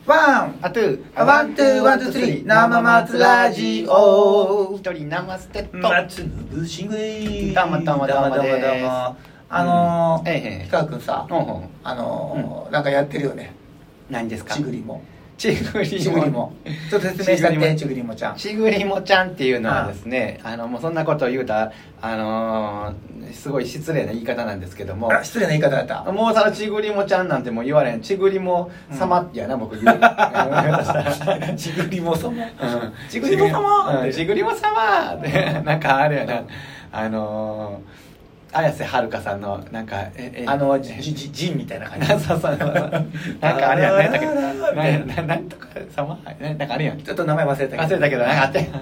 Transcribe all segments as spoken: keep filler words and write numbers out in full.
ワンあとワン、ツー、ワン、ツー、スリー、生松ラジオ。 一人生ステッド松信シングイどうもどうもどうもですどうもあのー、 ええ氷川くんさ、 うんうん、 あのー、なんかやってるよね。 何ですか？ ちぐりもちぐりもちぐりもちょっと説明してってちぐりもちゃんちぐりもちゃんっていうのはですね、あのもうそんなことを言うたらあのー、すごい失礼な言い方なんですけども、 あ失礼な言い方だった。 もうそのちぐりもちゃんなんてもう言われん。ちぐりも様やな、うん、僕言うちぐりも様、うん、 ちぐりも様ちぐりも様ってなんかあれやな、あのー綾瀬はるかさんのなんかええあのじじジンみたいな感じそうそうそうなんかあれやねだけどななんとか様なんかあれやんちょっと名前忘れたけど忘れたけどなんかあったやん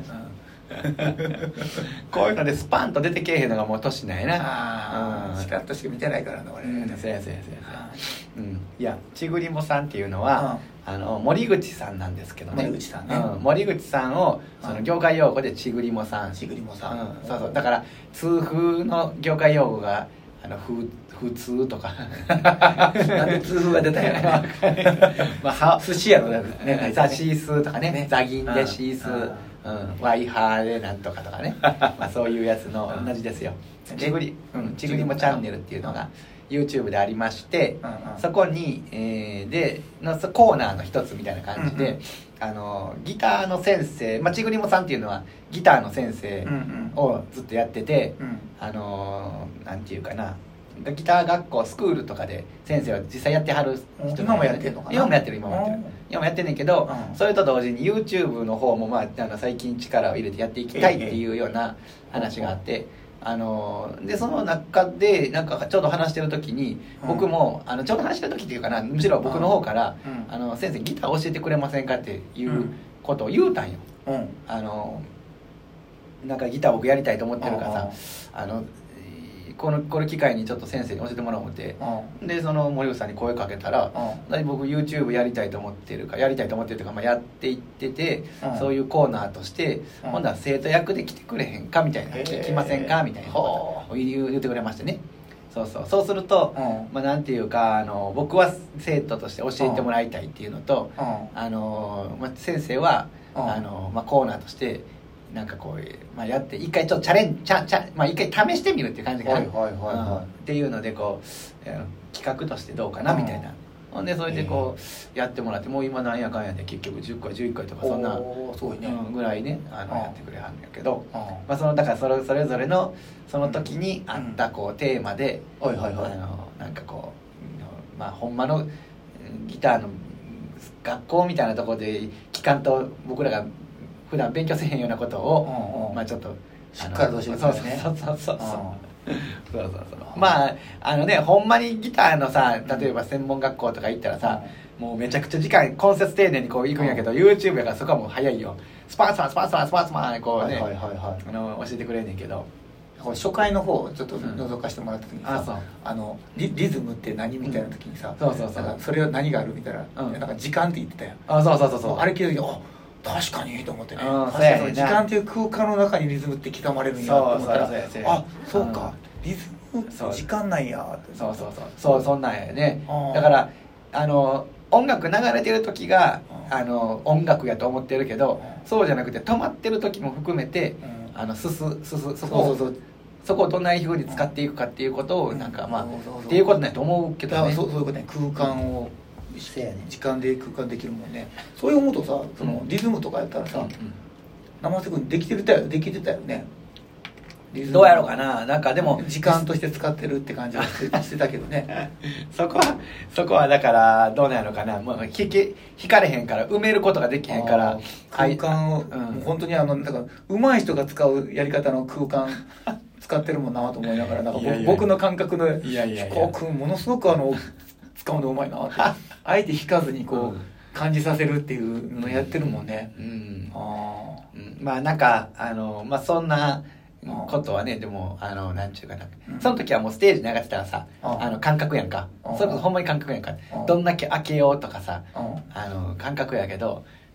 こういうのでスパンと出てけえへんのがもう年なんやな。 ああしかっとしか見てないからな俺。 うんそうやそうやそうやうん、いやちぐりもさんっていうのは、うん、あの森口さんなんですけどね。 森口さんね、 うん、森口さんをその業界用語でちぐりもさんちぐりもさん、 うん、そうそうだから痛風の業界用語があのふ普通とかなんで痛風が出たんやろねまあ寿司やろねザシースとかね、 ねザギンでシース、うん、ワイハーでなんとかとかねまあそういうやつの同じですよ。ちぐり、うん、ちぐりもチャンネルっていうのが YouTube でありまして、うんうん、そこに、えー、でのコーナーの一つみたいな感じで、うんうん、あのギターの先生、まあ、ちぐりもさんっていうのはギターの先生をずっとやってて、うんうん、あのなんていうかなギター学校スクールとかで先生は実際やってはる人、 今もやってるのかな。 今もやってる今もやってる今もやってんねんけど、うん、それと同時に YouTube の方も、まあ、あの最近力を入れてやっていきたいっていうような話があって、ええあのでその中でなんかちょうど話してる時に、うん、僕もあのちょうど話してる時っていうかなむしろ僕の方から、うん、あの先生ギター教えてくれませんかっていうことを言うたんよ、うん、あのなんかギター僕やりたいと思ってるからさ、あのこのこれ機会にちょっと先生に教えてもらおうって、うん、でその森口さんに声かけたら、うん、僕 YouTube やりたいと思ってるかやりたいと思ってるというか、まあ、やっていってて、うん、そういうコーナーとして、うん、今度は生徒役で来てくれへんかみたいな来ませんかみたいなことを言ってくれましてね。そうそうそうすると、うんまあ、なんていうかあの僕は生徒として教えてもらいたいっていうのと、うん、あのまあ、先生は、うん、あのまあ、コーナーとしてなんかこう、まあ、やって一回ちょっとチャレンジチャチャ、まあ、一回試してみるっていう感じかな、はいはいはいはい、っていうのでこう企画としてどうかなみたいな、ほんでそれでこうやってもらってもう今なんやかんやで結局じゅっかいじゅういっかいとかそんなすごいね、 うん、ぐらいねあのやってくれはるんやけど、まあ、そのだからそれそれぞれのその時にあったこうテーマで、はいはいはい、あのなんかこうまあほんまのギターの学校みたいなところで期間と僕らが普段勉強せへんようなことを、うんうん、まあちょっとしっかりと教えてますね。 そうそうそうそうそうそうそうそうまああのねほんまにギターのさ例えば専門学校とか行ったらさ、うん、もうめちゃくちゃ時間根節丁寧にこう行くんやけど、うん、YouTube やからそこはもう早いよスパンスパンスパンスパンスパンスパンこうね、はいはいはいはい、あの教えてくれんねんけど初回の方ちょっと覗かせてもらった時にさ、うん、ああの リ, リズムって何みたいな時にさ、うん、そうそうそうそれは何があるみたいな、うん、なんか時間って言ってたよ。 あそうそうそうそうあれ聞いた時あ確かにと思ってね、確かにその時間という空間の中にリズムって刻まれるんやと思ったらあそうか、うん、リズム時間なんやってそうそうそうそうそんなんやね。だからあの音楽流れてる時があの音楽やと思ってるけどそうじゃなくて止まってる時も含めて、うん、あのすすすすそこをそうそうそうそこをどんな風に使っていくかっていうことをなんかまあ、うん、っていうことないと思うけどね。 そうそういうことね空間を、うん時間で空間できるもんね。そういう思うとさそのリズムとかやったらさ、うんうん、生瀬君できてたよできてたよね。 リズムどうやろうかななんかでも時間として使ってるって感じはしてたけどねそこはそこはだからどうなんやろうかなもう弾け弾かれへんから埋めることができへんから空間を、うん、もう本当にあのだから上手い人が使うやり方の空間使ってるもんなと思いながらなんかいやいや僕の感覚の飛行君ものすごくあの使うのうまいなってあえて弾かずにこう、うん、感じさせるっていうのやってるもんね、うんうん、あ、 うん、まあなんかあのまあそんなことはねでもあのなんちゅうかな、うん、その時はもうステージに上がってたらさあの感覚やんかそれこそほんまに感覚やんかどんだけ開けようとかさあの感覚やけど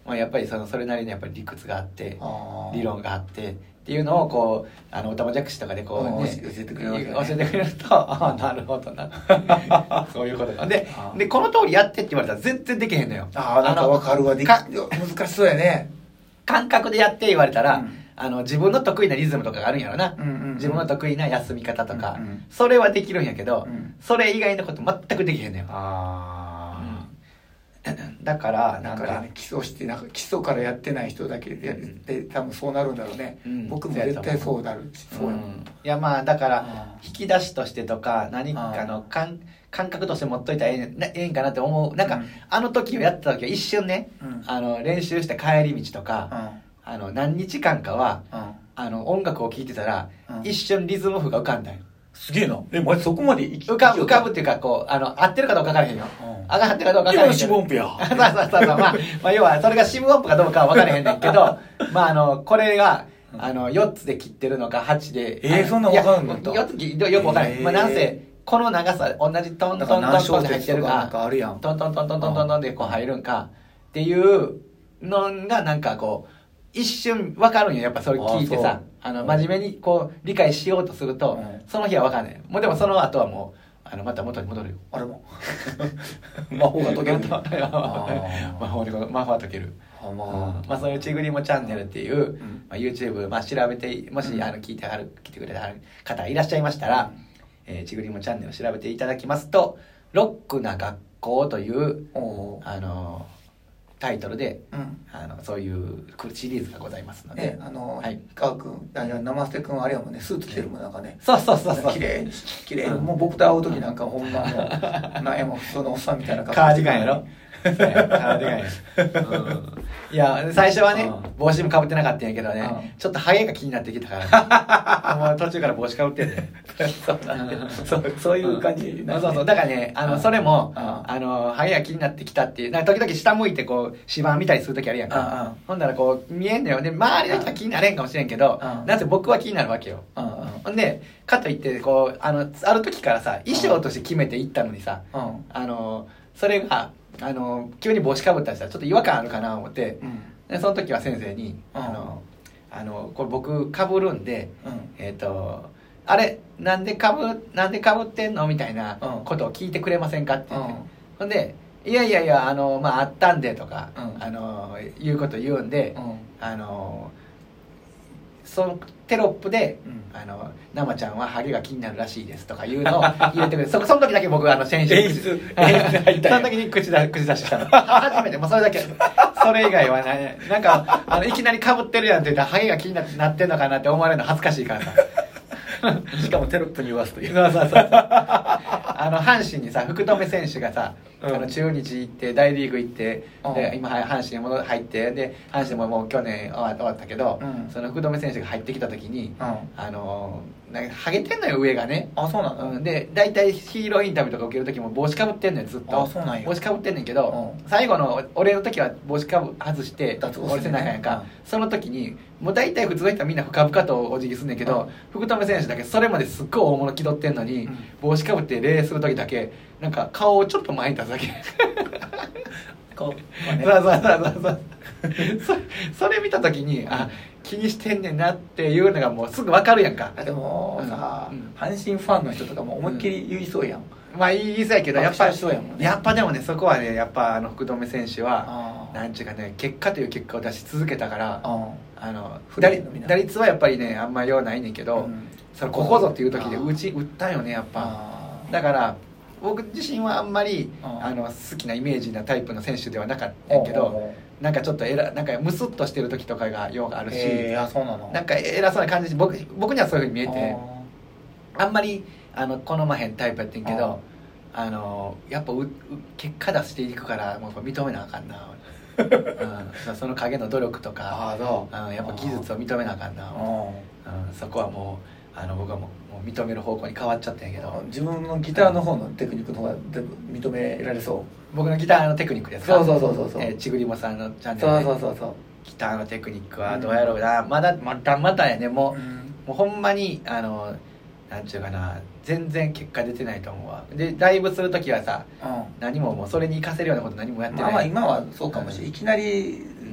まあ、やっぱりそのそれなりにやっぱり理屈があって理論があってっていうのをこうあのおたまじゃくしとかでこう、ね、 教えてくれるわけね、 教えてくれるとああなるほどなそういうことかででこの通りやってって言われたら全然できへんのよ。 ああなんか分かるわでか難しそうやね。 感覚でやって言われたら、うん、あの自分の得意なリズムとかがあるんやろな、うんうんうん、自分の得意な休み方とか、うんうん、それはできるんやけど、うん、それ以外のこと全くできへんのよ。あ、うん、だからなんか、 ね、基礎してなんか基礎からやってない人だけで、うん、で多分そうなるんだろうね、うん、僕も絶対そうなるし、そうやもん、うん、 いやまあだから引き出しとしてとか何かの感感覚として持っといたらええ、ええんかなって思う。なんか、うん、あの時をやった時は一瞬ね、うん、あの練習した帰り道とか、うん、あの何日間かは、うん、あの音楽を聴いてたら、うん、一瞬リズム譜が浮かんだよ。 すげえな。え、前そこまで浮かぶ浮かぶっていうかこうあの合ってるかどうか分からへんよ。うん、合ってるかどうか分からへん。今の四分音符や。 そうそうそうそう。まあ、まあ要はそれが四分音符かどうかは分からへんねんけど、まああのこれがあのよっつで切ってるのかはちで、 えー、そんな分かんないんだ。よっつよく分からへん。まあなんせこの長さ同じトントントントンって入ってるか、トントントントントントントンでこう入るんかっていうのがなんかこう一瞬分かるんよ。やっぱそれ聞いてさ、あの真面目にこう理解しようとすると、その日は分かんない。もうでもその後はもうあのまた元に戻るよ。 あれも魔法が解ける。 魔法で魔法は解ける。まあ、まあそういうちぐりもチャンネルっていう、まあ、YouTube、まあ、調べてもしあの聞いてはる聞いてくれた方いらっしゃいましたら、えー、ちぐりもチャンネルを調べていただきますとロックな学校というあのタイトルで、うん、あのそういうシリーズがございますので、 ね、あの、はい、川君生瀬君あれやもんねスーツ着てるもんなんかね、 そうそうそうそう綺麗に綺麗に、うん、もう僕と会う時なんかほんまのなんやも普通のおっさんみたいなカーディガンやろカーディガンや、うんいや最初はね、うん、帽子もかぶってなかったんやけどね、うん、ちょっとハゲが気になってきたからもう途中から帽子かぶってんねそうなんでそうそういう感じ、 うん、そうそうだからねあの、うん、それも、うん、あのハゲが気になってきたっていうなんか時々下向いてこう指板見たりする時あるやんか、うん、ほんならこう見えんのよで周りの人は気になれんかもしれんけど、うん、なぜ僕は気になるわけよ、うん、ほんでかといってこうあのある時からさ衣装として決めていったのにさ、うん、あのそれがあの急に帽子かぶったりしたらちょっと違和感あるかなと思って、うん、でその時は先生に「うん、あのあのこれ僕かぶるんで、うん、えっ、ー、とあれなんでかぶなんでかぶってんの?」みたいなことを聞いてくれませんかって言って、うん、ほんで「いやいやいやあの、まあ、あったんで」とか、うん、あのいうこと言うんで、うん、あのそのテロップで、うん、あの生ちゃんはハゲが気になるらしいですとかいうのを入れてくれるそ, その時だけ僕あの先週演出その時に口出口出ししたの初めてもうそれだけそれ以外はねなんかあのいきなり被ってるやんって言ったらハゲが気になってんのかなって思われるの恥ずかしいからさしかもテロップに言わすというそうそうそうあの阪神にさ福留選手がさ、うん、あの中日行って大リーグ行って、うん、で今阪神に戻入ってで阪神ももう去年終わ終わったけど、うん、その福留選手が入ってきた時に、うん、あのなんかハゲてんのよ上がねあそうなの、 うん、で大体ヒーローインタビューとか受ける時も帽子かぶってんのよずっとあそうなん帽子かぶってんねんけど、うん、最後の俺の時は帽子かぶ外して俺せなあかんやんか、うん、その時にもう大体普通の人はみんな深々とお辞儀すんねんけど、うん、福留選手だけそれまですっごい大物気取ってんのに、うん、帽子かぶって礼する時だけなんか顔をちょっと前に出すだけこう、まあね、そうそうそうそうそ, それ見た時にあ気にしてんねんなっていうのがもうすぐ分かるやんかでもさ、うん、阪神ファンの人とかも思いっきり言いそうやん、 うん、まあ言いそうやけどやっぱそうやもん、ね、 やっぱでもねそこはねやっぱあの福留選手はなんちゅうかね結果という結果を出し続けたからあの打率, 打率はやっぱりねあんまり用ないねんけど、うん、そのここぞっていう時で打ち打ったよねやっぱだから僕自身はあんまりあの好きなイメージなタイプの選手ではなかったんけどなんかちょっとえらなんかムスッとしてる時とかがようあるし、 えー、あそうなのなんか偉そうな感じで 僕, 僕にはそういうふうに見えてあんまりあの好まへんタイプやってんけどあのやっぱうう結果出していくからもう認めなあかんな、うん、その影の努力とかあそう、 うん、やっぱ技術を認めなあかんな、うん、そこはもうあの僕はもうもう認める方向に変わっちゃったんやけど自分のギターの方のテクニックの方が認められそう僕のギターのテクニックですかそうそうそうそうそう、 えー、ちぐりもさんのチャンネルで、ね、 そうそうそうそうギターのテクニックはどうやろうな、うん、まだまたまたやねもう、うん、もうほんまにあのなんちゅうかな全然結果出てないと思うわでライブする時はさ、うん、何ももうそれに活かせるようなこと何もやってないまあまあ今はそうかもしれない、うん、いきなり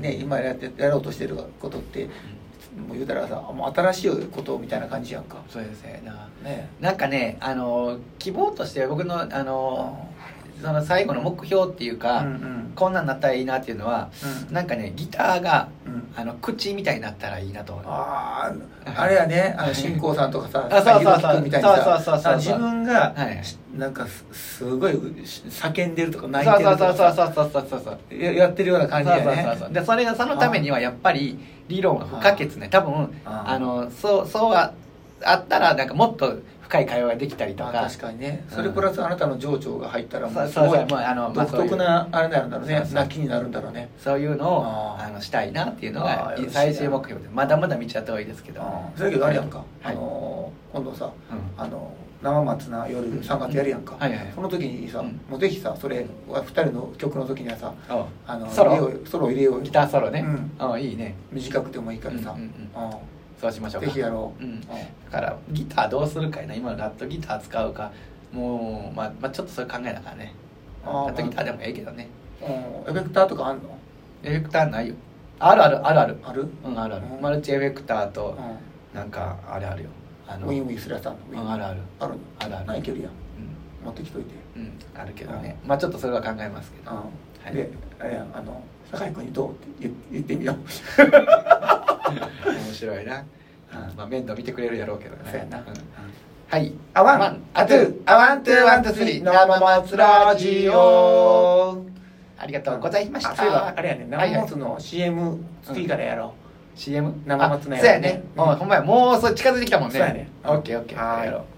ね今やってやろうとしてることって、もう言うたらさもう新しいことみたいな感じやんか。 そうですね。 ねなんかねあの希望として僕のあのその最後の目標っていうか、うんうん、こんなんなったらいいなっていうのは、うん、なんかねギターが、うん、あの口みたいになったらいいなと思う。 あああれやねあの新興さんとかさそうそうそうみたいにさ自分が、はい、なんか す, すごい叫んでるとか泣いてるとかさそうそうそうそうそうそうやってるような感じやね。そうそうそうでそれがそのためにはやっぱり理論が不可欠ね。多分ああのそうそうはあったらなんかもっと深い会話ができたりとか。 確かにね。それプラスあなたの情緒が入ったらもうすごい独特なあれなんだろうね。泣きになるんだろうね。 そういうのをあのしたいなっていうのが最終目標で、まだまだ道は遠いですけど。 それけどあれやんか、あの今度さ、あの生松な夜さんがつやるやんか。その時にさ、もうぜひさそれふたりの曲の時にはさ、あのソロソロ入れようよ。 ギターソロね。あいいね。 短くてもいいからさ。 そうしましょうか。 ぜひやろう、 うん、だからギターどうするかいな。今のラットギター使うかもう、まあ、まあちょっとそれ考えながらね。ラットギターでもええけどね。 エフェクターとかあんの？ エフェクターないよ。あるあるあるあるあるうんあるある、うん、マルチエフェクターと、うん、なんかあれあるよ。 あのウィンウィンするやつあるの？ うん、あるあるあるあるあるないけるやん、うん、持ってきといて。 うんあるけどね、うん、まあちょっとそれは考えますけど、うんはい、であれやあの酒井君にどうって言言ってみよう。 面白いな。まあ面倒見てくれるやろうけどね。 そうやな、うん、 はいあワンあトゥあワントゥワントゥスリー生松ラジオありがとうございました。 あそういえばあれやね生松の シーエム 次からやろう、うん、 シーエム生松のやつね。そうやね、うん、ほんまやもうそれ近づいてきたもんね。 そうやねオッケーオッケーやろう。